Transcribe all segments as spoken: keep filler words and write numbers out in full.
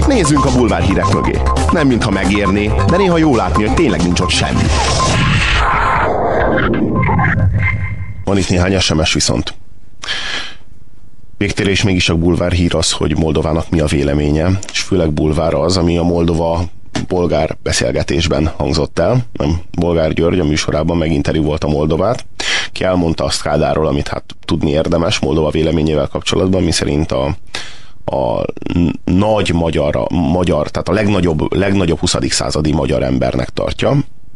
Nézzünk a bulvárhírek mögé. Nem mintha megérné, de néha jó látni, hogy tényleg nincs ott semmi. Van itt néhány es em es viszont. Végtére mégis a bulvárhír az, hogy Moldovának mi a véleménye, és főleg bulvár az, ami a Moldova bolgár beszélgetésben hangzott el. Nem, Bolgár György a műsorában meginterjú volt a Moldovát, ki elmondta azt Kádárról, amit hát tudni érdemes Moldova véleményével kapcsolatban, miszerint a, a nagy magyar, a magyar, tehát a legnagyobb, legnagyobb huszadik századi magyar embernek tartja,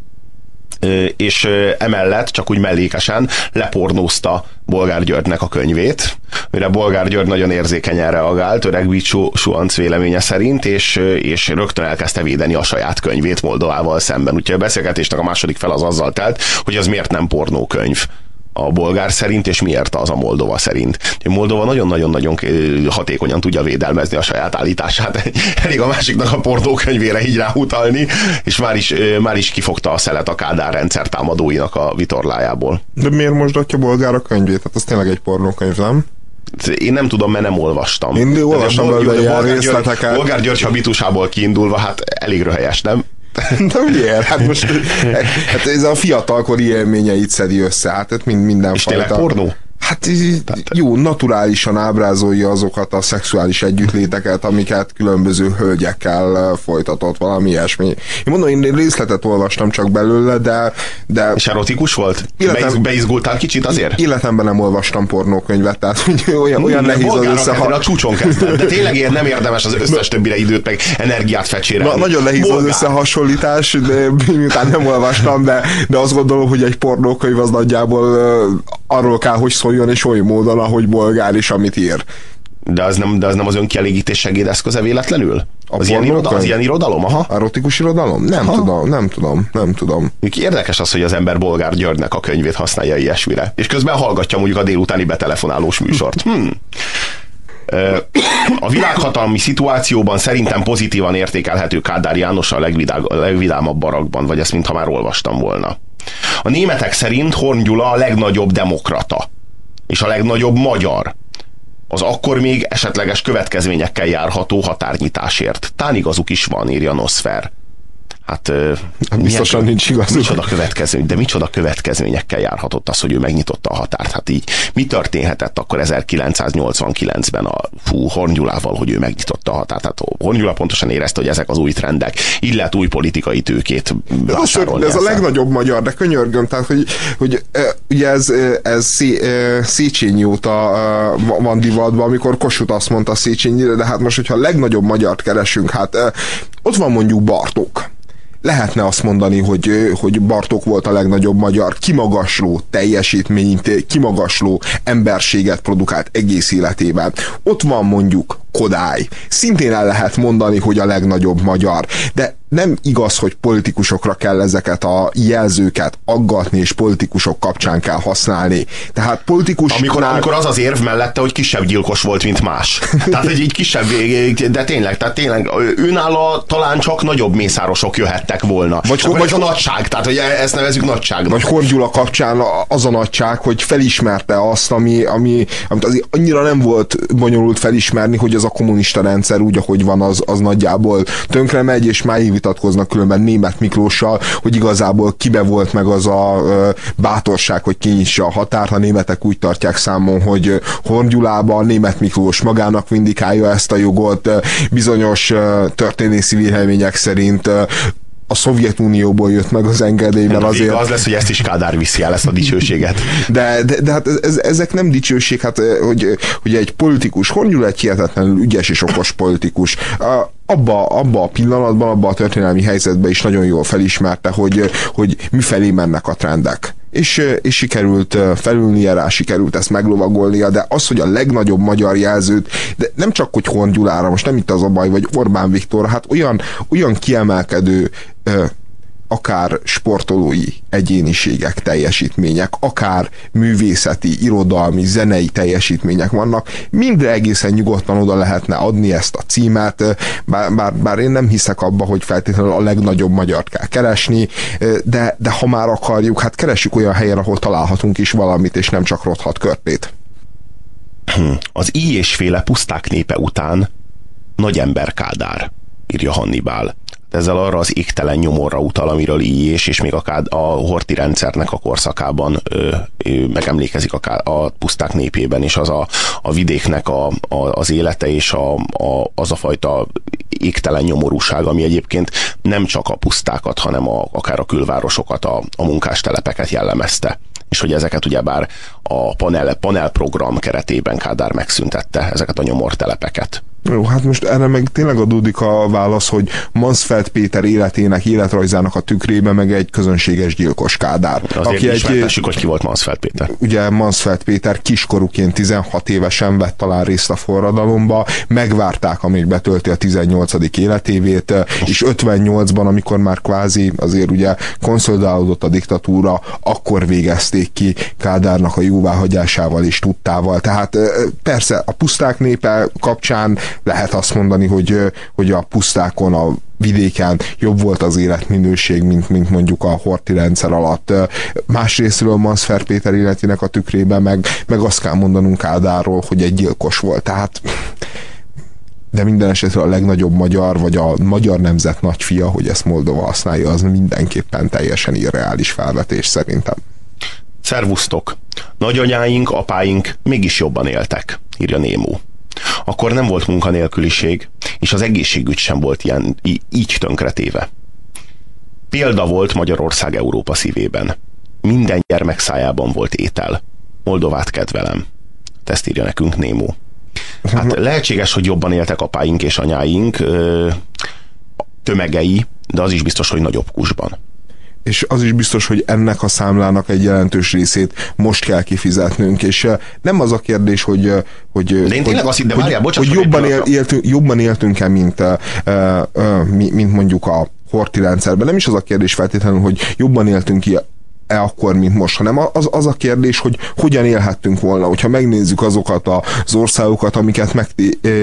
és emellett csak úgy mellékesen lepornózta Bolgár Györgynek a könyvét, mire Bolgár György nagyon érzékenyen reagált öreg Bicsó Suanc véleménye szerint, és, és rögtön elkezdte védeni a saját könyvét Moldovával szemben. Úgyhogy a beszélgetésnek a második fel az azzal telt, hogy az miért nem pornókönyv a bolgár szerint, és miért az a Moldova szerint. A Moldova nagyon-nagyon-nagyon hatékonyan tudja védelmezni a saját állítását. Elég a másiknak a pornókönyvére így ráutalni, és már is, már is kifogta a szelet a Kádár rendszer támadóinak a vitorlájából. De miért mosdatja bolgár a könyvét? Hát az tényleg egy pornókönyv, nem? Én nem tudom, mert nem olvastam. Én olvastam belőle ilyen részleteket. Bolgár György habitusából kiindulva, hát elég röhelyes, nem? De miért? Hát most hát ez a fiatalkori élményeit szedi össze, hát mind, mindenfajta. És tényleg pornó? Hát jó, naturálisan ábrázolja azokat a szexuális együttléteket, amiket különböző hölgyekkel folytatott, valami ilyesmi. Én mondom, én részletet olvastam csak belőle, de... de és erotikus volt? Életem, Beizgultál kicsit azért? Életemben nem olvastam pornókönyvet, tehát olyan, hmm, olyan nehéz az összehasonlítás. A csúcson kezdted, de tényleg nem érdemes az összes többire időt meg energiát fecsérelni. Na, nagyon nehéz Bolgár. Az összehasonlítás, de miután nem olvastam, de, de azt gondolom, hogy egy pornókönyv az nagyjából arról kell, hogy szóljon, és oly módon, ahogy bolgár is, amit ír. De az nem, de az, nem az önkielégítés segédeszköze véletlenül? Az ilyen, irodalom, az ilyen irodalom? Aha. Erotikus irodalom? Nem aha. tudom, nem tudom, nem tudom. Érdekes az, hogy az ember Bolgár Györgynek a könyvét használja ilyesmire. És közben hallgatja mondjuk a délutáni betelefonálós műsort. Hmm. A világhatalmi szituációban szerintem pozitívan értékelhető Kádár János a legvidá- a legvidámabb barakban, vagy ezt mintha már olvastam volna. A németek szerint Horn Gyula a legnagyobb demokrata, és a legnagyobb magyar. Az akkor még esetleges következményekkel járható határnyitásért. Tán igazuk is van, írja Noszfer. Hát biztosan milyen, nincs igazuk. Micsoda következmény, de micsoda következményekkel járhatott az, hogy ő megnyitotta a határt. Hát így mi történhetett akkor ezerkilencszáznyolcvankilencben a fú, Horn Gyulával, hogy ő megnyitotta a határt. Hát Horn Gyula pontosan érezte, hogy ezek az új trendek, így lehet új politikai tőkét vásárolni. Ez, ez a legnagyobb magyar, de könyörgöm, tehát hogy, hogy ugye ez, ez Széchenyi óta van divatban, amikor Kossuth azt mondta Széchenyire, de hát most, hogyha a legnagyobb magyart keresünk, hát ott van mondjuk Bartók. Lehetne azt mondani, hogy, hogy Bartók volt a legnagyobb magyar, kimagasló teljesítményt, kimagasló emberséget produkált egész életében. Ott van mondjuk Kodály. Szintén el lehet mondani, hogy a legnagyobb magyar. De nem igaz, hogy politikusokra kell ezeket a jelzőket aggatni, és politikusok kapcsán kell használni. Tehát politikus... Amikor, amikor az az érv mellette, hogy kisebb gyilkos volt, mint más. Tehát egy, egy kisebb, de tényleg, tehát tényleg őnála talán csak nagyobb mészárosok jöhettek volna. Vagy, vagy ez a nagyság, tehát hogy ezt nevezzük nagyságnak. Vagy Horn Gyula kapcsán az a nagyság, hogy felismerte azt, ami, ami, amit azért annyira nem volt bonyolult felismerni, hogy az a kommunista rendszer úgy, ahogy van, az, az nagyjából tönkre megy, és máig vitatkoznak különben Németh Miklóssal, hogy igazából kibe volt meg az a ö, bátorság, hogy kinyissa a határt. A németek úgy tartják számon, hogy Horn Gyulában Németh Miklós magának vindikálja ezt a jogot, bizonyos ö, történészi vélemények szerint ö, a Szovjetunióból jött meg az engedély, mert azért... Az lesz, hogy ezt is Kádár viszi el, ezt a dicsőséget. De, de, de hát ez, ezek nem dicsőség, hát hogy, hogy egy politikus, Horn Gyula egy hihetetlenül ügyes és okos politikus. Abba, abba a pillanatban, abba a történelmi helyzetben is nagyon jól felismerte, hogy, hogy mifelé mennek a trendek. És, és sikerült felülnie rá, sikerült ezt meglovagolnia, de az, hogy a legnagyobb magyar jelzőt, de nem csak, hogy Horn Gyulára, most nem itt az a baj, vagy Orbán Viktor, hát olyan, olyan kiemelkedő akár sportolói egyéniségek, teljesítmények, akár művészeti, irodalmi, zenei teljesítmények vannak, mindre egészen nyugodtan oda lehetne adni ezt a címet, bár, bár, bár én nem hiszek abba, hogy feltétlenül a legnagyobb magyart kell keresni, de, de ha már akarjuk, hát keressük olyan helyen, ahol találhatunk is valamit, és nem csak rothadt körtét. Az íj és féle puszták népe után nagy ember Kádár. írja Hannibal. Ezzel arra az égtelen nyomorra utal, amiről Illyés és még a, a horthy rendszernek a korszakában ö, ö, megemlékezik a, a puszták népében, és az a, a vidéknek a, a, az élete, és a, a, az a fajta égtelen nyomorúság, ami egyébként nem csak a pusztákat, hanem a, akár a külvárosokat, a, a munkástelepeket jellemezte. És hogy ezeket ugyebár a panel, panelprogram keretében Kádár megszüntette, ezeket a nyomortelepeket. Jó, hát most erre meg tényleg adódik a válasz, hogy Mansfeld Péter életének, életrajzának a tükrében meg egy közönséges gyilkos Kádár. Azért aki ismertessük, hogy ki volt Mansfeld Péter. Ugye Mansfeld Péter kiskorúként tizenhat évesen vett talán részt a forradalomba, megvárták, amíg betölti a tizennyolcadik életévét, és ötvennyolcban, amikor már kvázi azért ugye konszolidálódott a diktatúra, akkor végezték ki Kádárnak a jóváhagyásával és tudtával. Tehát persze a puszták népe kapcsán lehet azt mondani, hogy, hogy a pusztákon, a vidéken jobb volt az életminőség, mint, mint mondjuk a horthy rendszer alatt. Másrésztről Mansfeld Péter életének a tükrében meg, meg azt kell mondanunk Kádárról, hogy egy gyilkos volt. Tehát de minden esetre a legnagyobb magyar, vagy a magyar nemzet nagyfia, hogy ezt Moldova használja, az mindenképpen teljesen irreális felvetés szerintem. Szervusztok! Nagyanyáink, apáink mégis jobban éltek, írja Némó. Akkor nem volt munkanélküliség, és az egészségügy sem volt ilyen, így tönkretéve. Példa volt Magyarország Európa szívében. Minden gyermek szájában volt étel. Moldovát kedvelem. Ezt írja nekünk Némó. Hát lehetséges, hogy jobban éltek apáink és anyáink tömegei, de az is biztos, hogy nagyobb kusban. És az is biztos, hogy ennek a számlának egy jelentős részét most kell kifizetnünk, és nem az a kérdés, hogy hogy, de én tényleg hogy, azt hiszem, hogy, hogy jobban, él, éltünk, jobban éltünk-e, mint, mint mondjuk a horthy rendszerben. Nem is az a kérdés feltétlenül, hogy jobban éltünk-e e akkor, mint most, hanem az, az a kérdés, hogy hogyan élhettünk volna, hogyha megnézzük azokat az országokat, amiket, meg,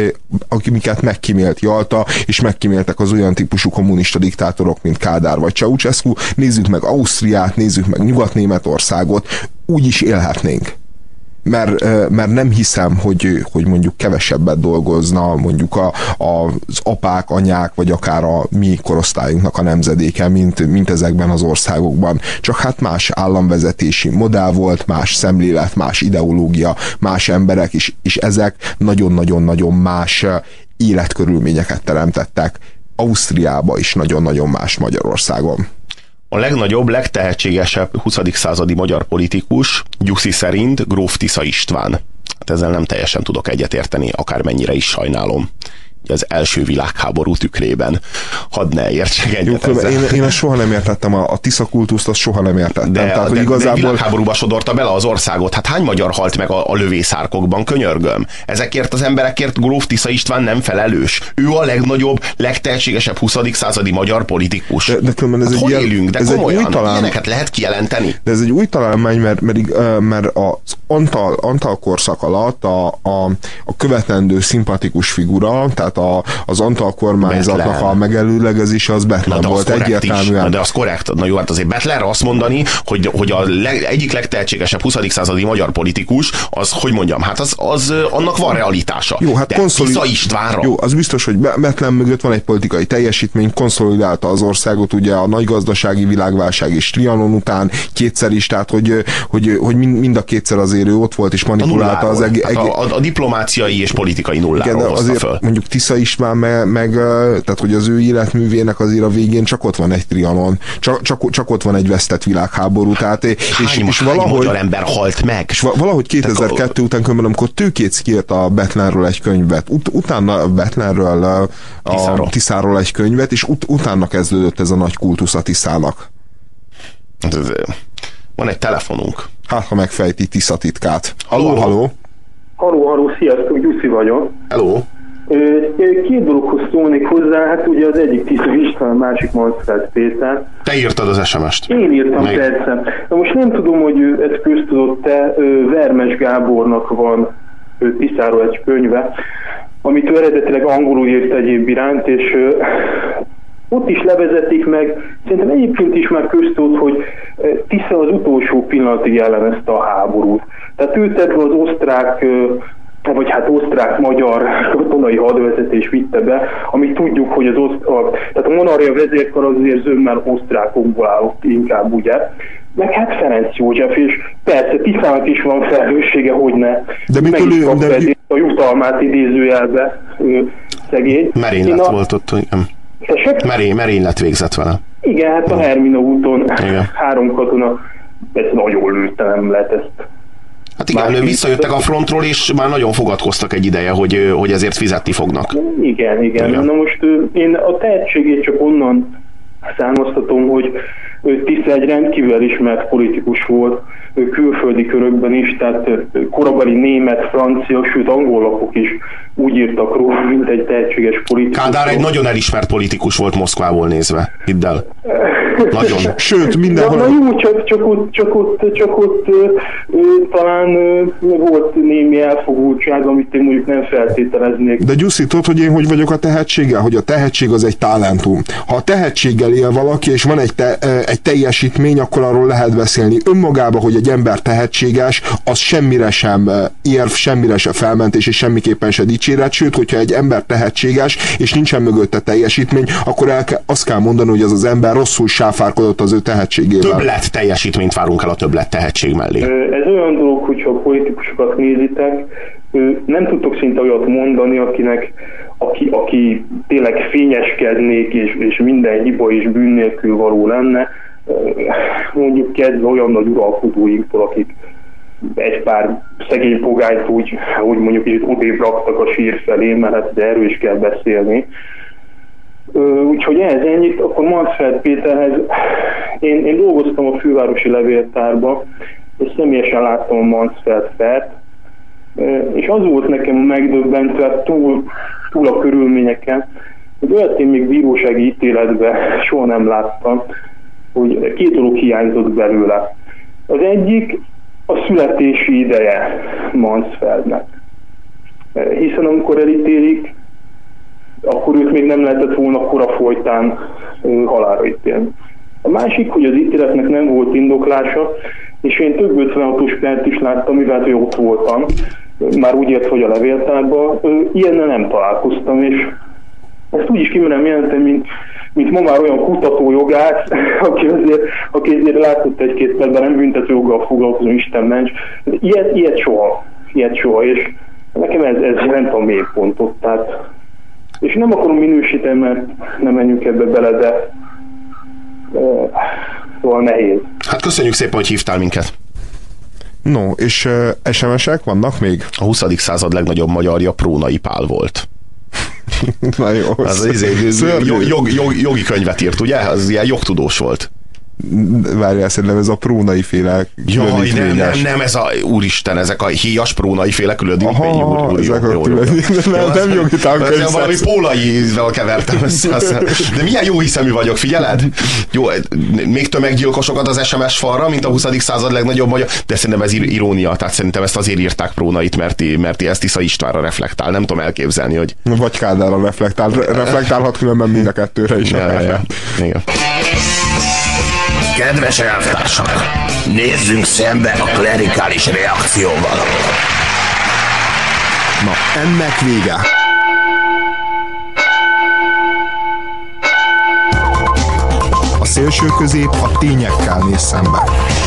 amiket megkímélt Jalta, és megkíméltek az olyan típusú kommunista diktátorok, mint Kádár vagy Ceausescu, nézzük meg Ausztriát, nézzük meg Nyugat-Németországot, úgy is élhetnénk. Mert, mert nem hiszem, hogy, hogy mondjuk kevesebbet dolgozna mondjuk a, a, az apák, anyák, vagy akár a mi korosztályunknak a nemzedéke, mint, mint ezekben az országokban. Csak hát más államvezetési modell volt, más szemlélet, más ideológia, más emberek, és, és ezek nagyon-nagyon-nagyon más életkörülményeket teremtettek. Ausztriába is nagyon-nagyon más Magyarországon. A legnagyobb, legtehetségesebb huszadik századi magyar politikus Gyuszi szerint gróf Tisza István. Hát ezzel nem teljesen tudok egyetérteni, akármennyire is sajnálom. Az első világháború tükrében. Hadd ne értsek egyet ezzel. Én, én azt soha nem értettem, a, a Tisza kultuszt azt soha nem értettem. De, Tehát, de, hogy igazából... de világháborúba sodorta bele az országot. Hát hány magyar halt meg a, a lövészárkokban, könyörgöm? Ezekért az emberekért gróf Tisza István nem felelős. Ő a legnagyobb, legtehetségesebb huszadik századi magyar politikus. De, de különben ez hát egy hol ilyen, élünk? De ez komolyan, egy új talán... ilyeneket lehet kijelenteni? De ez egy új találmány, mert, mert, mert az Antal, Antal korszak alatt a, a, a követendő szimpatikus figura, tehát a, az Antal kormányzatnak Betlen. A megelőlegezése az Betlen volt egyértelműen. Na, de az korrekt. Na jó, hát azért Betlenre azt mondani, hogy, hogy a leg, egyik legtehetségesebb huszadik századi magyar politikus, az, hogy mondjam, hát az, az annak van realitása. Jó, hát de konszolid... Tisza Istvánra. Jó, az biztos, hogy Betlen mögött van egy politikai teljesítmény, konszolidálta az országot, ugye a nagy gazdasági világválság és Trianon után kétszer is, tehát hogy, hogy, hogy mind a kétszer azért ő ott volt és manipulálta az egész... Hát a, a, a diplomáciai és politikai nulláról hozta azért föl. Mondjuk Tisza István meg, meg, tehát hogy az ő életművének azért a végén csak ott van egy Trianon, csak, csak, csak ott van egy vesztett világháború, tehát hány, és, és valahogy magyar ember halt meg. És valahogy kétezer-kettő után, amikor Tőkécz kiírt a Betlenről egy könyvet, ut, utána Betlenről a Tiszáról. Tiszáról egy könyvet, és ut, utána kezdődött ez a nagy kultusz a Tiszának. Van egy telefonunk. Hát, ha megfejti Tisza titkát. Halló, halló. Halló, halló, sziasztok, Gyuszi vagyok. Hello. Két dologhoz szólnék hozzá, hát ugye az egyik Tisza István, a másik Mansfeld Péter. Te írtad az es em est. Én írtam, meg... persze. Na most nem tudom, hogy ezt köztudott-e, Vermes Gábornak van Tiszáról egy könyve, amit ő eredetileg angolul írt egyéb iránt, és ott is levezetik meg, szerintem egyébként is már köztudott, hogy Tisza az utolsó pillanatig ellenezte a háborút. Tehát ő tett az osztrák vagy hát osztrák-magyar katonai hadvezetés vitte be, amit tudjuk, hogy az oszt- a, tehát a monarchia vezérkar azért zömmel osztrákokból állott inkább, ugye? Meg hát Ferenc József, és persze Tiszának is van felelőssége, hogy ne. De meg is kapta de... a jutalmát idézőjelbe, szegény. Merénylet a... volt ott, hogy nem. Merény, merény lett végzett vele. Igen, hát a Hermina úton igen. Három katona, ez nagyon lőtte, nem lehet ezt. Hát igen, visszajöttek a frontról, és már nagyon fogadkoztak egy ideje, hogy, hogy ezért fizetni fognak. Igen, igen, igen. Na most én a tehetségét csak onnan származtatom, hogy Tisza egy rendkívül elismert politikus volt, külföldi körökben is, tehát korabeli német, francia, sőt angol lapok is úgy írtak róla, mint egy tehetséges politikus. Kádár egy nagyon elismert politikus volt Moszkvából nézve, hidd el. Nagyon. Sőt, mindenhol... Na, na jó, csak, csak ott, csak ott, csak ott ö, ö, talán ö, volt némi elfogultság, amit én mondjuk nem feltételeznék. De Gyuszi, tudod, hogy én hogy vagyok a tehetséggel? Hogy a tehetség az egy talentum. Ha a tehetséggel él valaki, és van egy, te, egy teljesítmény, akkor arról lehet beszélni. Önmagában, hogy egy ember tehetséges, az semmire sem érv, semmire sem felmentés, és semmiképpen se dicséret, sőt, hogyha egy ember tehetséges, és nincsen mögötte teljesítmény, akkor el ke, azt kell mondani, hogy az az ember rosszul sáfárkodott az ő tehetségével. Többlet teljesítményt várunk el a többlet tehetség mellé. Ez olyan dolog, hogyha a politikusokat nézitek, nem tudtok szinte olyat mondani, akinek, aki, aki tényleg fényeskednék, és, és minden hiba és bűn nélkül való lenne, mondjuk kezdve olyan nagy uralkodóinktól, akik egy pár szegény pogányt úgy, úgy mondjuk így odébb raktak a sír felé, mert hát de erről is kell beszélni. Úgyhogy ez ennyit, akkor Mansfeld Péterhez, én, én dolgoztam a fővárosi levéltárba, és személyesen láttam a Mansfeld fert, és az volt nekem megdöbbentve túl, túl a körülményeken, hogy olyat én még bírósági ítéletben soha nem láttam, hogy két dolog hiányzott belőle. Az egyik a születési ideje Mansfeldnek. Hiszen amikor elítélik, akkor őt még nem lehetett volna kora folytán halálra ítélni. A másik, hogy az ítéletnek nem volt indoklása, és én több ötvenhatos pert is láttam, mivel hogy ott voltam, már úgy ért, hogy a levéltárban, ilyennel nem találkoztam, és ezt úgy is kimerem jelenteni, mint, mint ma már olyan kutatójogász, aki azért, aki azért látott egy-két percben, nem büntetőjoggal foglalkozó istenmens. Ilyet, ilyet soha, ilyet soha, és nekem ez, ez jelent a mélypontot, tehát és nem akarom minősíteni, mert nem menjünk ebbe bele, de szóval nehéz. Hát köszönjük szépen, hogy hívtál minket. No, és uh, es em esek vannak még? A huszadik század legnagyobb magyarja Prónai Pál volt. Na jó. Az izé, jog, jog, jog, jogi könyvet írt, ugye? Az ilyen jogtudós volt. Várjál, szerintem ez a prónai féle Jaj, nem, nem, nem, ez a, úristen, ezek a híjas prónai féle különítmény. Aha, ezek a különítmény. Nem, nem jogi tankönyv. Valami pólaival kevertem össze. De milyen jó hiszemű vagyok, figyeled? Jó, még tömeggyilkosokat az es em es falra, mint a huszadik század legnagyobb magyar, de szerintem ez irónia, tehát szerintem ezt azért írták Prónait, mert, mert ez Tisza Istvánra reflektál. Nem tudom elképzelni, hogy... Vagy Kádárra reflektál. Reflektálhat különben mind a kettőre is. Ja, ja, ja. Igen. Kedves elvtársak, nézzünk szembe a klerikális reakcióval. Na, ennek vége. A szélső közép a tényekkel néz szembe.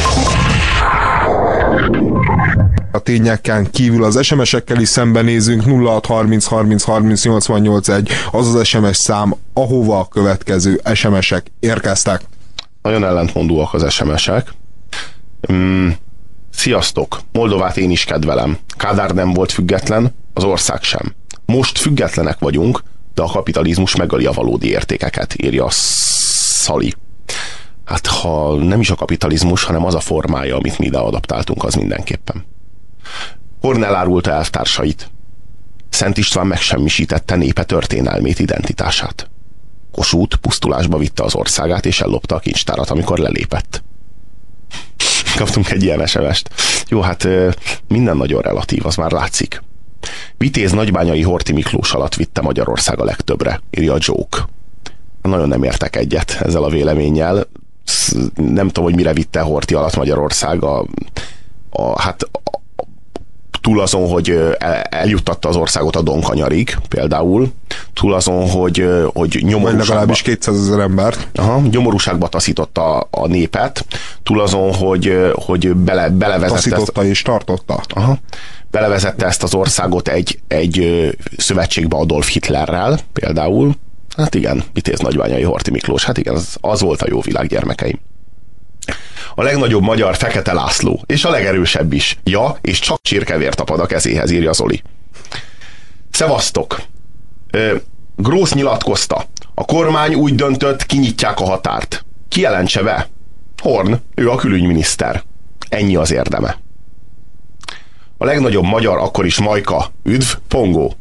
A tényeken kívül az es em esekkel is szembenézünk. Nulla hat harminc harminc harminc nyolcvannyolc egy az az es em es szám, ahova a következő es em esek érkeztek. Nagyon ellentmondóak az es em esek. Mm, sziasztok! Moldovát én is kedvelem. Kádár nem volt független, az ország sem. Most függetlenek vagyunk, de a kapitalizmus megöli a valódi értékeket, írja Szali. Hát ha nem is a kapitalizmus, hanem az a formája, amit mi ide adaptáltunk, az mindenképpen. Horn elárulta elvtársait. Szent István megsemmisítette népe történelmét, identitását. Kossuth pusztulásba vitte az országát, és ellopta a kincstárat, amikor lelépett. Kaptunk egy ilyen es em est. Jó, hát minden nagyon relatív, az már látszik. Vitéz Nagybányai Horthy Miklós alatt vitte Magyarország a legtöbbre, írja a Joke. Nagyon nem értek egyet ezzel a véleménnyel. Nem tudom, hogy mire vitte Horthy alatt Magyarország a, a, hát a, túl azon, hogy eljuttatta az országot a Donkanyarig például, túl azon, hogy, hogy nyomorúságba... legalábbis kétszázezer embert. Aha, nyomorúságba taszította a népet, túl azon, hogy, hogy bele, belevezette... Taszította ezt, és tartotta. Aha, belevezette ezt az országot egy, egy szövetségbe Adolf Hitlerrel például. Hát igen, Vitéz Nagybányai Horthy Miklós, hát igen, az, az volt a jó világ, gyermekeim. A legnagyobb magyar Fekete László, és a legerősebb is. Ja, és csak csirkevér tapad a kezéhez, írja Zoli. Szevasztok! Grósz nyilatkozta. A kormány úgy döntött, kinyitják a határt. Ki jelentse be? Horn, ő a külügyminiszter. Ennyi az érdeme. A legnagyobb magyar akkor is Majka. Üdv, Pongó.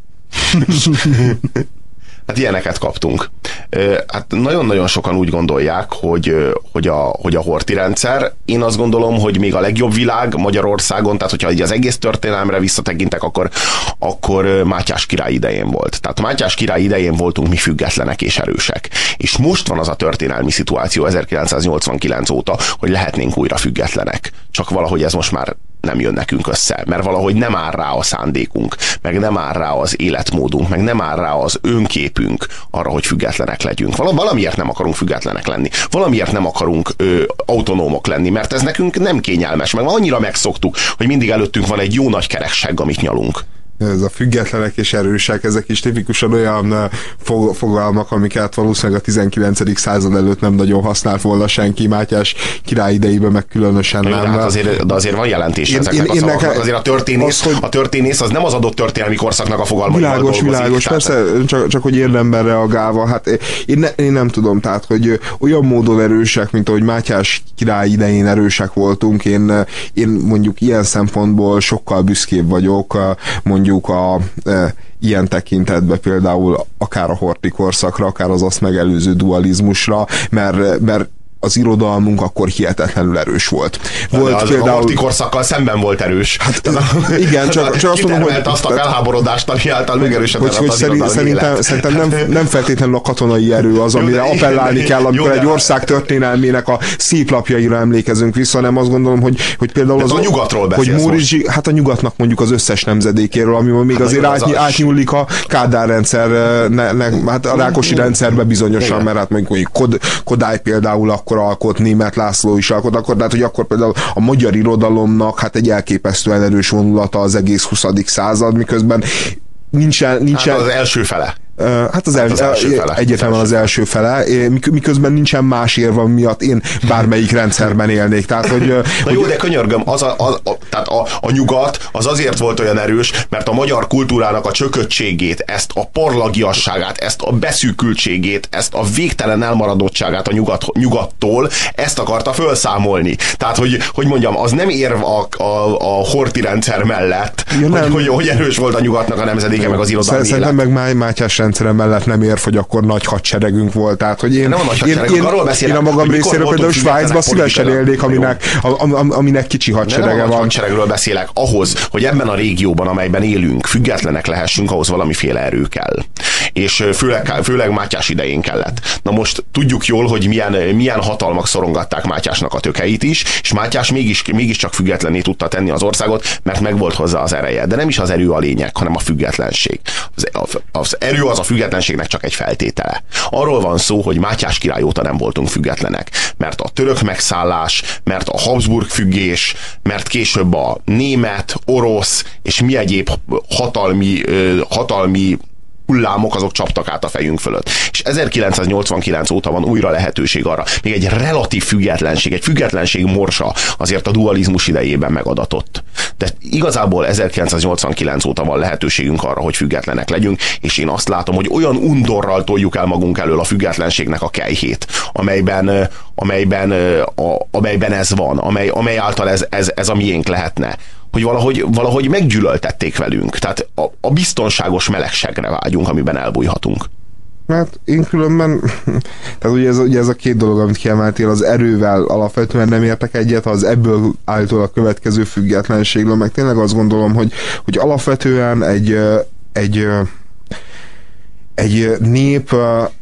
Hát ilyeneket kaptunk. Hát nagyon-nagyon sokan úgy gondolják, hogy, hogy, a, hogy a Horthy rendszer, én azt gondolom, hogy még a legjobb világ Magyarországon, tehát hogyha az egész történelemre visszatekintek, akkor, akkor Mátyás király idején volt. Tehát Mátyás király idején voltunk mi függetlenek és erősek. És most van az a történelmi szituáció ezerkilencszáznyolcvankilenc óta, hogy lehetnénk újra függetlenek. Csak valahogy ez most már nem jön nekünk össze, mert valahogy nem áll rá a szándékunk, meg nem áll rá az életmódunk, meg nem áll rá az önképünk arra, hogy függetlenek legyünk. Valamiért nem akarunk függetlenek lenni. Valamiért nem akarunk ö, autonómok lenni, mert ez nekünk nem kényelmes, meg annyira megszoktuk, hogy mindig előttünk van egy jó nagy kereksegg, amit nyalunk. Ez a függetlenek és erősek, ezek is tipikusan olyan fogalmak, amiket valószínűleg a tizenkilencedik század előtt nem nagyon használt volna senki, Mátyás király idejében meg különösen nem. Hát azért, de azért van jelentés én, ezeknek én, a szavaknak. Nekem, azért a történész, az, hogy a történész az nem az adott történelmi korszaknak a fogalmaival dolgozik. Világos, világos, persze, csak, csak hogy érdemben reagálva, hát én, ne, én nem tudom, tehát, hogy olyan módon erősek, mint ahogy Mátyás király idején erősek voltunk, én, én mondjuk ilyen szempontból sokkal büszkébb vagyok, mondjuk a e, ilyen tekintetben például akár a Horthy korszakra, akár az azt megelőző dualizmusra, mert, mert az irodalmunk akkor hihetetlenül erős volt. Volt az például... A Horthy korszakkal szemben volt erős. Hát, igen, csak, csak azt mondom, hogy... azt a felháborodást, ami által megerősödött hogy, az szerint, szerintem, szerintem nem, nem feltétlenül a katonai erő az, amire jó, appellálni igen, kell, amikor jó, egy ország történelmének a szép lapjaira emlékezünk vissza, hanem azt gondolom, hogy, hogy például az... a nyugatról beszélsz hogy hát a nyugatnak mondjuk az összes nemzedékéről, ami még hát azért átny, átnyúlik a Kádár rendszer, ne, ne, hát a Rákosi rendszerbe bizonyosan, igen. Mert hát mondjuk Kod, Kodály például akkor alkot, Németh László is alkot, akkor, tehát hogy akkor például a magyar irodalomnak hát egy elképesztően erős vonulata az egész huszadik század, miközben nincsen... nincsen hát az első fele. Hát az, el, hát az első fele. Egyértelműen az első fele, miközben nincsen más érve miatt én bármelyik rendszerben élnék. Tehát, hogy, Na hogy... jó, de könyörgöm, az a, a, a, tehát a, a nyugat az azért volt olyan erős, mert a magyar kultúrának a csököttségét, ezt a parlagiasságát, ezt a beszűkültségét, ezt a végtelen elmaradottságát a nyugat, nyugattól, ezt akarta felszámolni. Tehát, hogy, hogy mondjam, az nem érv a, a, a Horthy rendszer mellett, ja, hogy, hogy, hogy erős volt a nyugatnak a nemzedéke, meg az irodalmi élet. Szerintem meg Mátyás rendszere mellett nem ér, hogy akkor nagy hadseregünk volt. Tehát, hogy én, nem a nagy én, én, én a magam részéről például Svájcban szívesen élnék, aminek, am, aminek kicsi hadserege nem van. hadseregről beszélek. Ahhoz, hogy ebben a régióban, amelyben élünk, függetlenek lehessünk, ahhoz valamiféle erő kell. És főleg, főleg Mátyás idején kellett. Na most tudjuk jól, hogy milyen, milyen hatalmak szorongatták Mátyásnak a tökeit is, és Mátyás mégis, mégiscsak függetlenné tudta tenni az országot, mert megvolt hozzá az ereje. De nem is az erő a lényeg, hanem a függetlenség. Az, az erő az a függetlenségnek csak egy feltétele. Arról van szó, hogy Mátyás király óta nem voltunk függetlenek, mert a török megszállás, mert a Habsburg függés, mert később a német, orosz és mi egyéb hatalmi, hatalmi hullámok azok csaptak át a fejünk fölött. És ezerkilencszáznyolcvankilenc óta van újra lehetőség arra, még egy relatív függetlenség, egy függetlenség morsa azért a dualizmus idejében megadatott. De igazából ezerkilencszáznyolcvankilenc óta van lehetőségünk arra, hogy függetlenek legyünk, és én azt látom, hogy olyan undorral toljuk el magunk elől a függetlenségnek a kelyhét, amelyben, amelyben, a, amelyben ez van, amely, amely által ez, ez, ez a miénk lehetne, hogy valahogy, valahogy meggyűlöltették velünk. Tehát a, a biztonságos melegségre vágyunk, amiben elbújhatunk. Hát én különben, tehát ugye ez, ugye ez a két dolog, amit kiemeltél, az erővel alapvetően nem értek egyet, az ebből állítólag a következő függetlenségről, meg tényleg azt gondolom, hogy, hogy alapvetően egy, egy, egy nép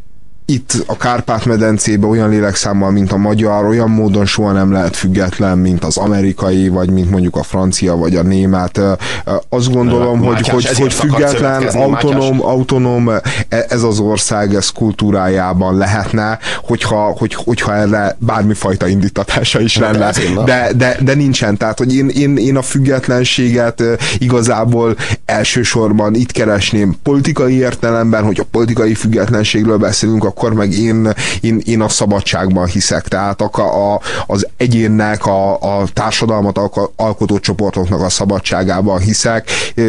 itt a Kárpát-medencében olyan lélekszámmal, mint a magyar, olyan módon soha nem lehet független, mint az amerikai, vagy mint mondjuk a francia, vagy a német. Azt gondolom, hogy, Mátyás, hogy, hogy független, autonóm, autonóm ez az ország, ez kultúrájában lehetne, hogyha, hogy, hogyha erre bármifajta indítatása is lenne. De, de, de nincsen. Tehát, hogy én, én, én a függetlenséget igazából elsősorban itt keresném politikai értelemben, hogy a politikai függetlenségről beszélünk, akkor meg én, én, én a szabadságban hiszek. Tehát a, a, az egyénnek, a, a társadalmat alkotó csoportoknak a szabadságában hiszek.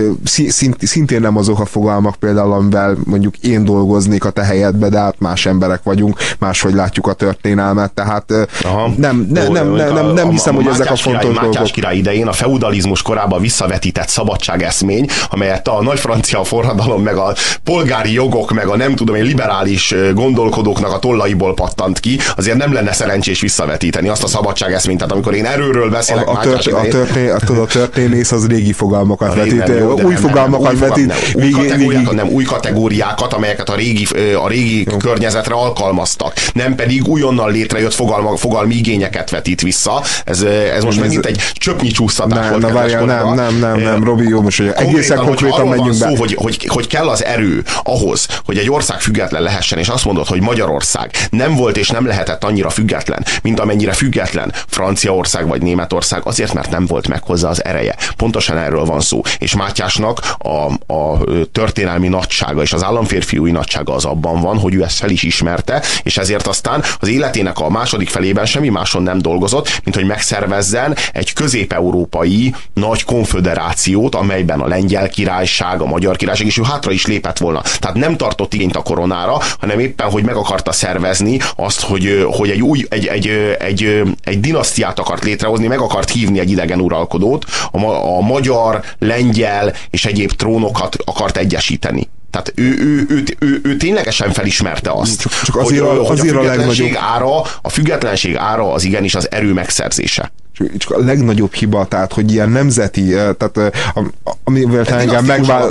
Szint, szintén nem azok a fogalmak például, amivel mondjuk én dolgoznék a te helyedbe, de hát más emberek vagyunk, máshogy látjuk a történelmet, tehát nem, ne, nem, nem, nem, nem hiszem, a, a hogy ezek a fontos király, dolgok. Mátyás király idején a feudalizmus korában visszavetített szabadságeszmény, amelyet a nagy francia forradalom, meg a polgári jogok, meg a nem tudom én liberális gondolkodóknak a tollaiból pattant ki, azért nem lenne szerencsés visszavetíteni azt a szabadságeszményt. Tehát amikor én erőről beszélek, a, a, tört, a, történ, a, a történész az régi fogalmakat vetít, jó, új fogalmakat vetít. Új kategóriákat, nem új kategóriákat, amelyeket a régi, a régi környezetre alkalmaztak, nem pedig újonnan létrejött fogalma, fogalmi igényeket vetít vissza. Ez, ez most megint egy csöpnyi csúsztatás volt. Na, várjál, nem, nem, nem, nem, Robi, jó, most hogy egészen konkrétan menjünk be. Szó, hogy, hogy, hogy kell az erő ahhoz, hogy egy ország független lehessen, és azt mondod, hogy Magyarország nem volt és nem lehetett annyira független, mint amennyire független Franciaország vagy Németország, azért, mert nem volt meg hozzá az ereje. Pontosan erről van szó. És Mátyásnak a, a történelmi nagysága és az államférfiúi nagysága az abban van, hogy ő ezt fel is ismerte, és ezért aztán az életének a második felében semmi máson nem dolgozott, mint hogy megszervezzen egy közép-európai nagy konföderációt, amelyben a lengyel királyság, a magyar királyság, és ő hátra is lépett volna. Tehát nem tartott igényt a koronára, hanem éppen, hogy meg akarta szervezni azt, hogy, hogy egy új, egy, egy, egy, egy dinasztiát akart létrehozni, meg akart hívni egy idegen uralkodót, a, a magyar, lengyel és egyéb trónokat akart egyesíteni. Tehát ő, ő, ő, ő, ő ténylegesen felismerte azt, csak, csak azért, hogy, a, azért hogy a, a legnagyobb ára, a függetlenség ára az igenis az erő megszerzése. Csak a legnagyobb hiba, tehát, hogy ilyen nemzeti, tehát amivel te engem megvál...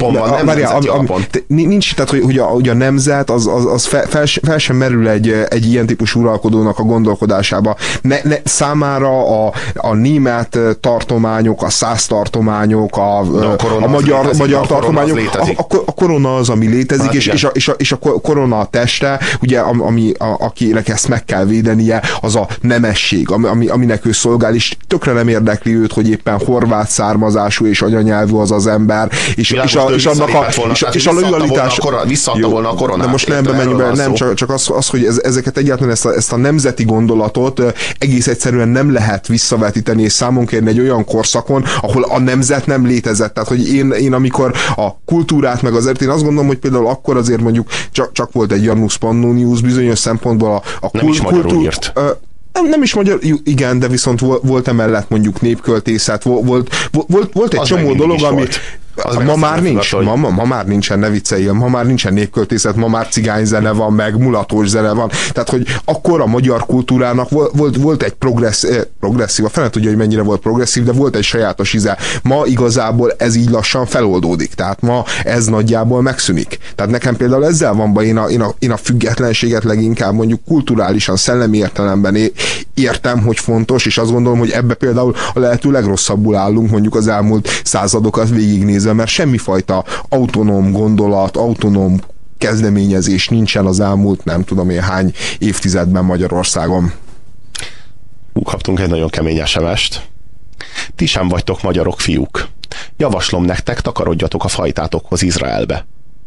Nincs, tehát, hogy, hogy, a, hogy a nemzet, az, az, az fel, fel, fel sem merül egy, egy ilyen típusú uralkodónak a gondolkodásába. Ne, ne, számára a, a német tartományok, a szász tartományok, a, a, a magyar, létezik, magyar a tartományok, a, a, a korona az, ami létezik, hát, és, és, a, és, a, és a korona teste, ugye, ami, a, akinek ezt meg kell védenie, az a nemesség, ami, aminek ő szolgál, és tökre nem érdekli őt, hogy éppen horvát származású és anyanyelvű az az ember, és, és, a, és annak a, volna, és, és a lojalitás... Visszaadta volna a koronát. De most nem bemenjünk be, nem, csak, csak az, az, hogy ez, ezeket egyáltalán ezt a, ezt a nemzeti gondolatot egész egyszerűen nem lehet visszavetíteni és számon kérni egy olyan korszakon, ahol a nemzet nem létezett. Tehát, hogy én, én amikor a kultúrát meg azért, én azt gondolom, hogy például akkor azért mondjuk csak, csak volt egy Janus Pannonius bizonyos szempontból a, a nem is magyarul írt. Nem, nem is magyar, igen, de viszont volt emellett mondjuk népköltészet, volt, volt, volt, volt egy az csomó dolog, ami... Ma már nincs, ma, ma, ma már nincsen, ne vicceljél, ma már nincsen népköltészet, ma már cigányzene van, meg mulatós zene van. Tehát, hogy akkor a magyar kultúrának volt, volt, volt egy progressz, progresszív, a fene tudja, hogy mennyire volt progresszív, de volt egy sajátos íze. Ma igazából ez így lassan feloldódik. Tehát ma ez nagyjából megszűnik. Tehát nekem például ezzel van baj, én a, én a, én a függetlenséget leginkább mondjuk kulturálisan, szellemi értelemben értem, hogy fontos, és azt gondolom, hogy ebbe például a lehető legrosszabbul állunk mondjuk az elmúlt századokat végignézve, mert semmifajta autonóm gondolat, autonóm kezdeményezés nincsen az elmúlt nem tudom én hány évtizedben Magyarországon. Hú, kaptunk egy nagyon kemény es em est. Ti sem vagytok magyarok, fiúk. Javaslom nektek, takarodjatok a fajtátokhoz Izraelbe.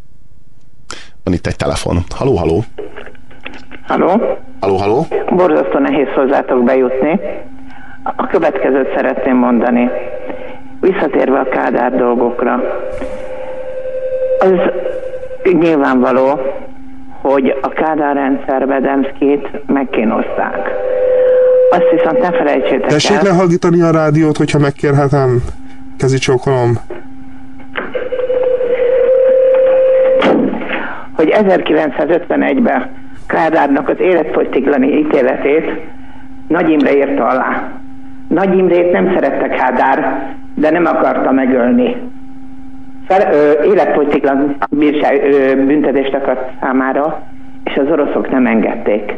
Van itt egy telefon. Haló, haló. Haló. Haló, haló. Borzasztó nehéz hozzátok bejutni. A következőt szeretném mondani. Visszatérve a Kádár dolgokra, az nyilvánvaló, hogy a Kádár rendszerbe Demszkit megkínozták. Azt viszont ne felejtsétek Tessék el... Tessék lehallgatni a rádiót, hogyha megkérhetem. Kezi csókolom. Hogy ezerkilencszázötvenegyben Kádárnak az életfogytiglani ítéletét Nagy Imre írta alá. Nagy Imrét nem szerette Kádár, de nem akarta megölni. Életfogytiglan bírság, büntetést akart számára, és az oroszok nem engedték.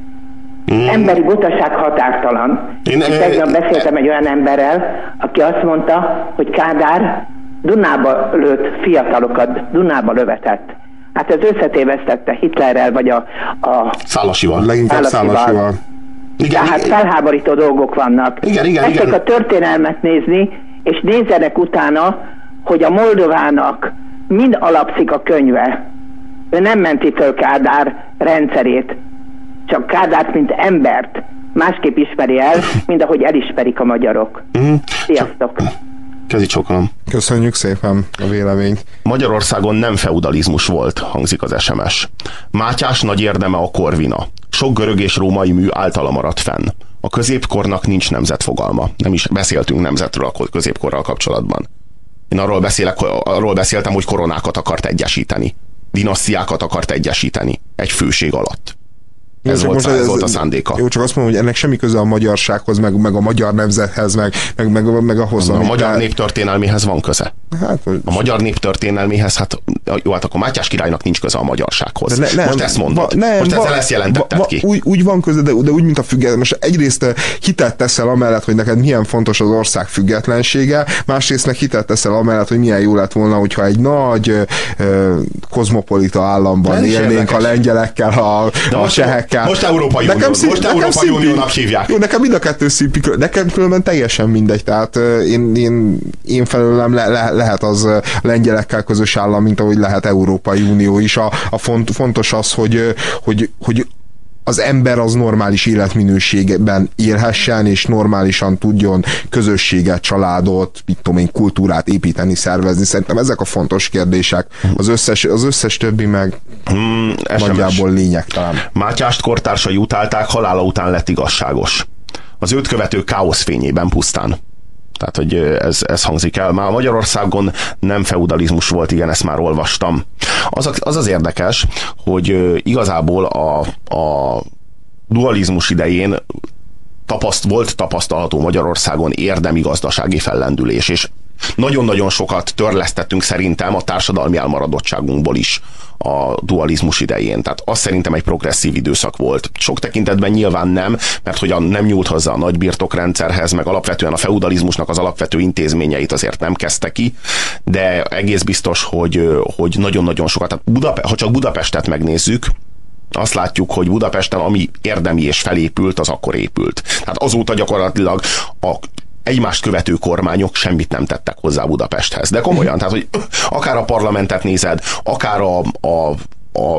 Mm. Emberi butaság határtalan. Én, és tegnap beszéltem egy olyan emberrel, aki azt mondta, hogy Kádár Dunába lőtt fiatalokat, Dunába lövetett. Hát ez összetévesztette Hitlerrel, vagy a, a Szálasival. Leginkább Szálasival. Igen, Tehát igen. felháborító dolgok vannak. Igen, igen, Ezt igen. csak a történelmet nézni, és nézzenek utána, hogy a Moldovának mind alapszik a könyve. Ő nem menti föl Kádár rendszerét, csak Kádárt, mint embert másképp ismeri el, mint ahogy elismerik a magyarok. Mm. Sziasztok! Kezi csokolom. Köszönjük szépen a véleményt. Magyarországon nem feudalizmus volt, hangzik az es em es. Mátyás nagy érdeme a Korvina. Sok görög és római mű általa maradt fenn. A középkornak nincs nemzetfogalma. Nem is beszéltünk nemzetről a középkorral kapcsolatban. Én arról, beszélek, arról beszéltem, hogy koronákat akart egyesíteni. Dinasztiákat akart egyesíteni. Egy főség alatt. Ez, jó, volt, ez, ez volt a ez, szándéka. Jó, csak azt mondom, hogy ennek semmi köze a magyarsághoz, meg, meg a magyar nemzethez, meg, meg, meg, meg ahhoz, A magyar el... nép történelméhez van köze. Hát, a magyar nép történelméhez, hát jó, hát akkor Mátyás királynak nincs köze a magyarsághoz. Ne, nem, Most ezt mondod. Va, nem, Most ezzel va, ezt jelentetted va, ki. Úgy, úgy van köze, de, de úgy, mint a független. Most egyrészt hitet teszel amellett, hogy neked milyen fontos az ország függetlensége, másrészt meg hitet teszel amellett, hogy milyen jó lett volna, hogyha egy nagy uh, kozmopolita államban nem élnénk a lengyelekkel, a, a csehekkel. Most Európai Unió, szín, most Európai Uniónak hívják. Jó, nekem mind a kettő szimpi, nekem különben teljesen mindegy, tehát én, én, én felőlem le, le, lehet az lengyelekkel közös állam, mint ahogy lehet Európai Unió is. A, a font, fontos az, hogy, hogy, hogy az ember az normális életminőségben élhessen, és normálisan tudjon közösséget, családot, mit tudom én, kultúrát építeni, szervezni. Szerintem ezek a fontos kérdések. Az összes, az összes többi meg hmm, nagyjából lényegtelen. Mátyást kortársai utálták, halála után lett igazságos. Az őt követő káosz fényében pusztán. Tehát, hogy ez, ez hangzik el. Már Magyarországon nem feudalizmus volt, igen, ezt már olvastam. Az az, az érdekes, hogy igazából a, a dualizmus idején tapaszt, volt tapasztalható Magyarországon érdemi gazdasági fellendülés, és nagyon-nagyon sokat törlesztettünk szerintem a társadalmi elmaradottságunkból is a dualizmus idején. Tehát az szerintem egy progresszív időszak volt. Sok tekintetben nyilván nem, mert hogy a, nem nyúlt hozzá a nagybirtokrendszerhez, meg alapvetően a feudalizmusnak az alapvető intézményeit azért nem kezdte ki, de egész biztos, hogy, hogy nagyon-nagyon sokat. Tehát Budape- ha csak Budapestet megnézzük, azt látjuk, hogy Budapesten ami érdemi és felépült, az akkor épült. Tehát azóta gyakorlatilag a egymást követő kormányok semmit nem tettek hozzá Budapesthez. De komolyan, tehát, hogy akár a parlamentet nézed, akár a, a, a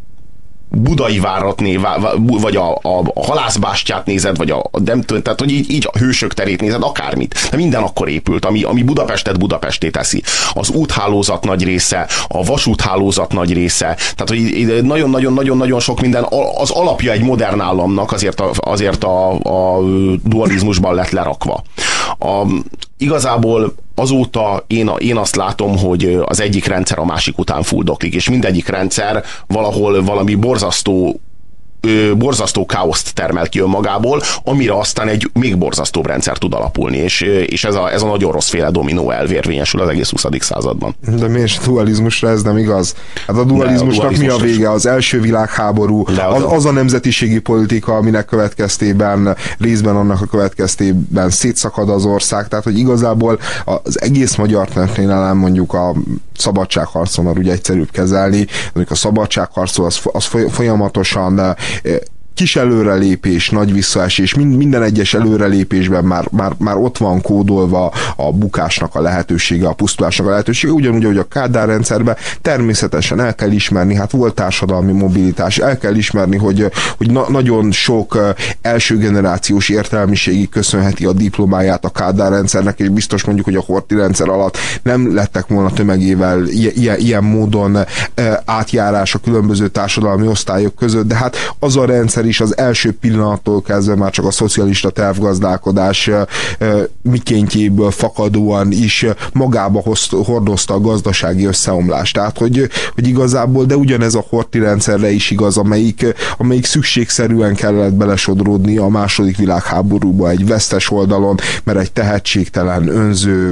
Budai várat néz, vagy a, a, a halászbástyát nézed, vagy a, nem tudom, tehát, hogy így, így a Hősök terét nézed, akármit. De minden akkor épült, ami, ami Budapestet Budapesté teszi. Az úthálózat nagy része, a vasúthálózat nagy része, tehát, hogy nagyon-nagyon-nagyon-nagyon sok minden, az alapja egy modern államnak azért a, azért a, a dualizmusban lett lerakva. A, igazából azóta én, én azt látom, hogy az egyik rendszer a másik után fuldoklik, és mindegyik rendszer valahol valami borzasztó borzasztó káoszt termel ki önmagából, amire aztán egy még borzasztóbb rendszer tud alapulni, és, és ez, a, ez a nagyon rosszféle dominó elvérvényesül az egész huszadik században. De miért a dualizmusra ez nem igaz? Hát a dualizmusnak a dualizmus mi a vége? Az első világháború, az, az, az a nemzetiségi politika, aminek következtében, részben annak a következtében szétszakad az ország, tehát hogy igazából az egész magyar történelem, mondjuk a szabadságharcon, mert ugye egyszerűbb kezelni, mondjuk a szabadságharcon az, az folyamatosan kis előrelépés, nagy visszaesés, minden egyes előrelépésben már, már, már ott van kódolva a bukásnak a lehetősége, a pusztulásnak a lehetősége, ugyanúgy, ahogy a Kádár rendszerben természetesen el kell ismerni, hát volt társadalmi mobilitás, el kell ismerni, hogy, hogy na, nagyon sok első generációs értelmiségi köszönheti a diplomáját a Kádár rendszernek, és biztos mondjuk, hogy a Horthy rendszer alatt nem lettek volna tömegével ilyen, ilyen módon átjárás a különböző társadalmi osztályok között, de hát az a rendszer is az első pillanattól kezdve már csak a szocialista tervgazdálkodás mikéntjéből fakadóan is magába hoz, hordozta a gazdasági összeomlást. Tehát, hogy, hogy igazából, de ugyanez a Horthy rendszerre is igaz, amelyik, amelyik szükségszerűen kellett belesodródni a második világháborúba egy vesztes oldalon, mert egy tehetségtelen, önző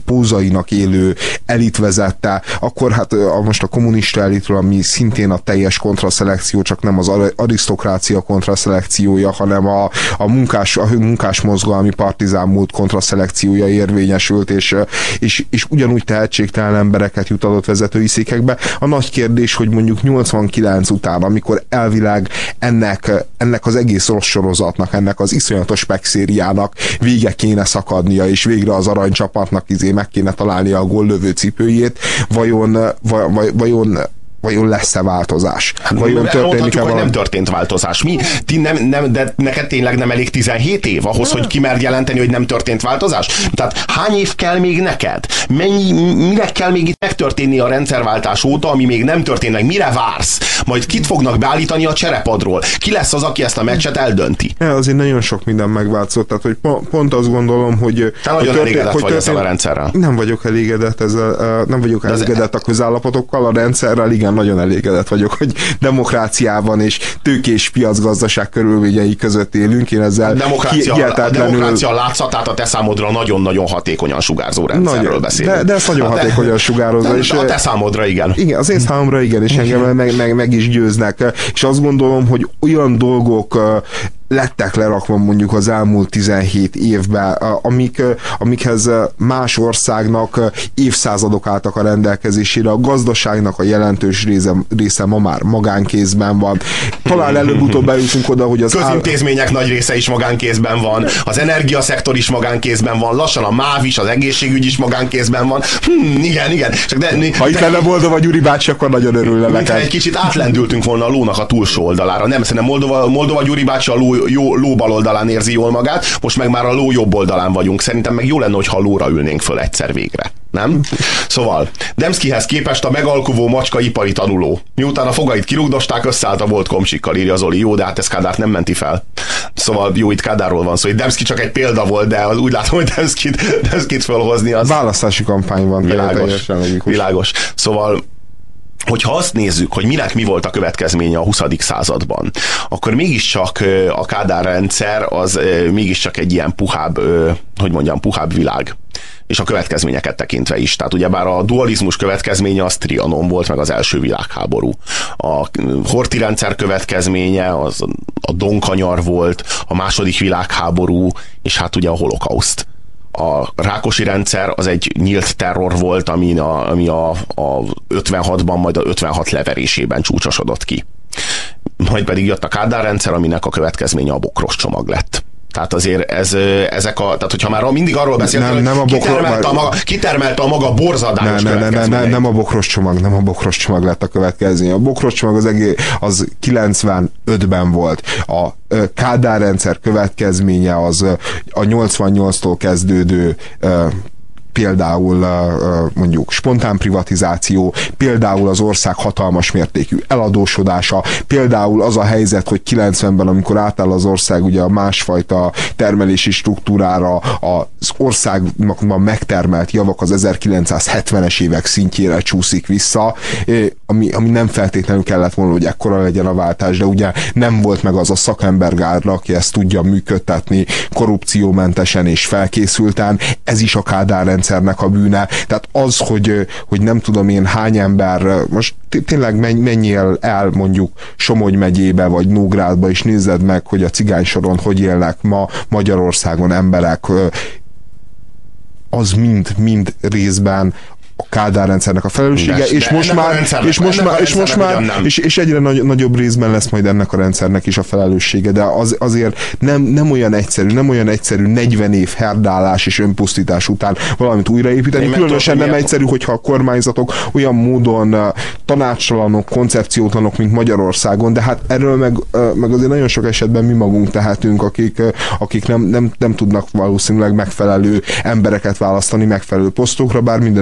pózainak élő elit vezette, akkor hát a, most a kommunista elitről, ami szintén a teljes kontraszelekció, csak nem az arisztokrácia kontraszelekciója, hanem a, a munkás, a munkás mozgalmi partizán múlt kontraszelekciója érvényesült, és, és, és ugyanúgy tehetségtelen embereket jutatott vezetői székekbe. A nagy kérdés, hogy mondjuk nyolcvankilenc után, amikor elvileg ennek, ennek az egész rossz sorozatnak, ennek az iszonyatos megszériának vége kéne szakadnia, és végre az aranycsapatnak izé meg kéne találnia a góllövő cipőjét, vajon, vaj, vajon vajon lesz-e változás? Vajon történik-e valami? Nem történt változás. Mi? Ti nem, nem, de neked tényleg nem elég tizenhét év ahhoz, hogy kimerd jelenteni, hogy nem történt változás? Tehát hány év kell még neked? Mennyi, mire kell még itt megtörténni a rendszerváltás óta, ami még nem történt meg? Mire vársz? Majd kit fognak beállítani a cserepadról? Ki lesz az, aki ezt a meccset eldönti? Ja, azért nagyon sok minden megváltozott. Tehát, hogy pont azt gondolom, hogy... Te nagyon történt, elégedett hogy vagy történt, ezzel a rendszerrel. Nem vagyok elégedett ezzel, nem vagyok elégedett a közállapotokkal, a rendszerrel, igen, nagyon elégedett vagyok, hogy demokráciában és tőkés piacgazdaság körülményei között élünk. Én ezzel demokrácia, hihetetlenül... A demokrácia látszatát a te számodra nagyon-nagyon hatékonyan sugárzó rendszerről nagyon, beszélünk. De, de ezt nagyon a hatékonyan te, sugárzó. És a te számodra igen. Igen, az én számomra igen, és engem meg, meg, meg is győznek. És azt gondolom, hogy olyan dolgok lettek lerakva mondjuk az elmúlt tizenhét évben, amik, amikhez más országnak évszázadok álltak a rendelkezésére. A gazdaságnak a jelentős része, része ma már magánkézben van. Talán előbb-utóbb eljutunk oda, hogy az közintézmények áll... nagy része is magánkézben van, az energiaszektor is magánkézben van, lassan a MÁV is, az egészségügy is magánkézben van. Hm, igen, igen. Csak de, ha itt lenne Moldova Gyuri bácsi, akkor nagyon örülne nekem. Egy kicsit átlendültünk volna a lónak a túlsó oldalára. Nem, szerintem Moldova, Moldova Gyuri bácsi a ló jó ló bal oldalán érzi jól magát, most meg már a ló jobb oldalán vagyunk. Szerintem meg jó lenne, hogyha a lóra ülnénk föl egyszer végre. Nem? Szóval, Demszkihez képest a megalkuvó macska ipari tanuló. Miután a fogait kirugdosták, összeállt a volt komsikkal, írja Zoli. Jó, de hát ez Kádárt nem menti fel. Szóval jó, itt Kádárról van szó. Itt Demszki csak egy példa volt, de az úgy látom, hogy Demszkit, Demszkit fölhozni az... Választási kampány van. Világos. Világos. Szóval hogyha azt nézzük, hogy minek mi volt a következménye a huszadik században, akkor mégiscsak a Kádár rendszer az mégiscsak egy ilyen puhább, hogy mondjam, puhább világ. És a következményeket tekintve is. Tehát ugyebár a dualizmus következménye az Trianon volt, meg az első világháború. A Horthy rendszer következménye az a Donkanyar volt, a második világháború, és hát ugye a holokauszt. A Rákosi rendszer az egy nyílt terror volt, ami a, ami a, a ötvenhatban, majd a ötvenhat leverésében csúcsosodott ki. Majd pedig jött a Kádár rendszer, aminek a következménye a bokros csomag lett. Tehát azért ez, ezek a, tehát hogyha már mindig arról beszéltünk, nem, nem a bokros, kitermelte, a maga, kitermelte a maga borzadányos ne, ne, ne, ne, nem a bokros csomag, nem a bokros csomag lett a következmény. A bokros csomag az egész, az kilencvenötben volt. A Kádár rendszer következménye az a nyolcvannyolctól kezdődő például mondjuk spontán privatizáció, például az ország hatalmas mértékű eladósodása, például az a helyzet, hogy kilencvenben, amikor átáll az ország ugye a másfajta termelési struktúrára, az országban megtermelt javak az ezerkilencszázhetvenes évek szintjére csúszik vissza, ami, ami nem feltétlenül kellett volna, hogy ekkora legyen a váltás, de ugye nem volt meg az a szakembergárda, aki ezt tudja működtetni korrupciómentesen és felkészülten. Ez is a Kádár rendszernek a bűne. Tehát az, hogy, hogy nem tudom én hány ember, most tényleg menjél el mondjuk Somogy megyébe vagy Nógrádba, és nézzed meg, hogy a cigány soron hogy élnek ma Magyarországon emberek, az mind, mind részben a Kádár rendszernek a felelőssége, de, és, de most már, és most már, és most már, és, és egyre nagy, nagyobb részben lesz majd ennek a rendszernek is a felelőssége, de az, azért nem, nem olyan egyszerű, nem olyan egyszerű negyven év herdálás és önpusztítás után valamit újraépíteni. Én különösen nem egyszerű, hogyha a kormányzatok olyan módon tanácstalanok, koncepciótlanok, mint Magyarországon, de hát erről meg, meg azért nagyon sok esetben mi magunk tehetünk, akik, akik nem, nem, nem tudnak valószínűleg megfelelő embereket választani megfelelő posztokra, bár minden egyes választás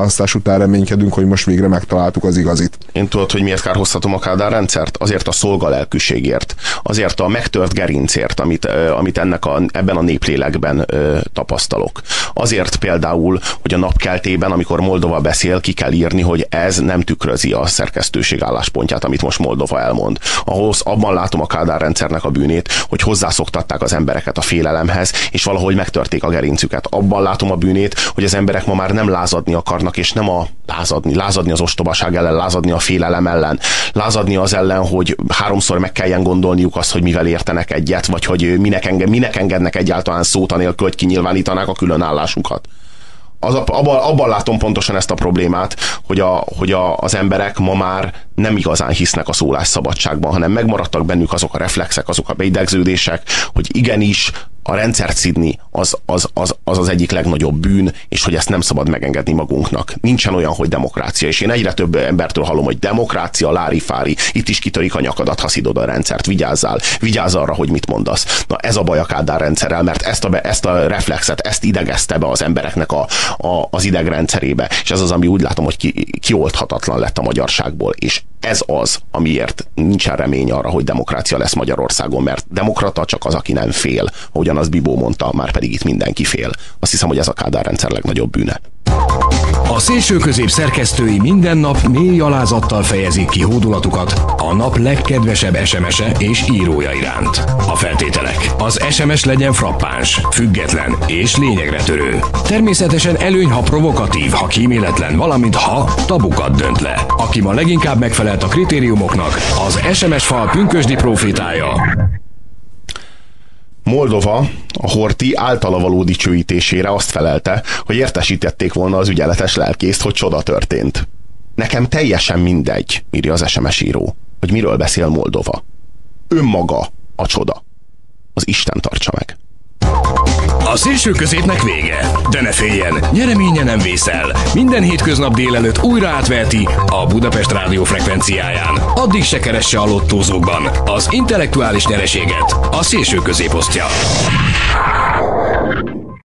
választás után reménykedünk, hogy most végre megtaláltuk az igazit. Én tudod, hogy miért kárhoztatom a Kádár rendszert? Azért a szolgalelkűségért, azért a megtört gerincért, amit, amit ennek a, ebben a néplélekben ö, tapasztalok. Azért például, hogy a napkeltében, amikor Moldova beszél, ki kell írni, hogy ez nem tükrözi a szerkesztőség álláspontját, amit most Moldova elmond. Ahhoz abban látom a Kádár rendszernek a bűnét, hogy hozzászoktatták az embereket a félelemhez, és valahogy megtörték a gerincüket. Abban látom a bűnét, hogy az emberek ma már nem lázadni akarnak, és nem a lázadni, lázadni az ostobaság ellen, lázadni a félelem ellen, lázadni az ellen, hogy háromszor meg kelljen gondolniuk azt, hogy mivel értenek egyet, vagy hogy minek, enge, minek engednek egyáltalán szót anélkül, hogy kinyilvánítanák a különállásukat. Az, abban, abban látom pontosan ezt a problémát, hogy, a, hogy a, az emberek ma már nem igazán hisznek a szólásszabadságban, hanem megmaradtak bennük azok a reflexek, azok a beidegződések, hogy igenis a rendszert szidni az az, az az az egyik legnagyobb bűn, és hogy ezt nem szabad megengedni magunknak. Nincsen olyan, hogy demokrácia, és én egyre több embertől hallom, hogy demokrácia, lári-fári, itt is kitörik a nyakadat, ha szidod a rendszert, vigyázzál, vigyázz arra, hogy mit mondasz. Na ez a baj a Kádár rendszerrel, mert ezt a, ezt a reflexet, ezt idegezte be az embereknek a, a, az idegrendszerébe, és ez az, ami úgy látom, hogy ki, kioldhatatlan lett a magyarságból, és ez az, amiért nincsen remény arra, hogy demokrácia lesz Magyarországon, mert demokrata csak az, aki nem fél. Ahogyan az Bibó mondta, már pedig itt mindenki fél. Azt hiszem, hogy ez a Kádár rendszer legnagyobb bűne. A szélső közép szerkesztői minden nap mély alázattal fejezik ki hódulatukat a nap legkedvesebb es em es-e és írója iránt. A feltételek: az es em es legyen frappáns, független és lényegre törő. Természetesen előny, ha provokatív, ha kíméletlen, valamint ha tabukat dönt le. Aki ma leginkább megfelelt a kritériumoknak, az es em es fal pünkösdi profétája. Moldova a Horthy általa való dicsőítésére azt felelte, hogy értesítették volna az ügyeletes lelkészt, hogy csoda történt. Nekem teljesen mindegy, írja az es em es író, hogy miről beszél Moldova. Önmaga a csoda. Az Isten tartsa meg. A szélső középnek vége, de ne féljen, nyereménye nem vészel. Minden hétköznap délelőtt újra átverti a Budapest rádió frekvenciáján. Addig se keresse a lottózókban az intellektuális nyereséget. A szélső közép osztja.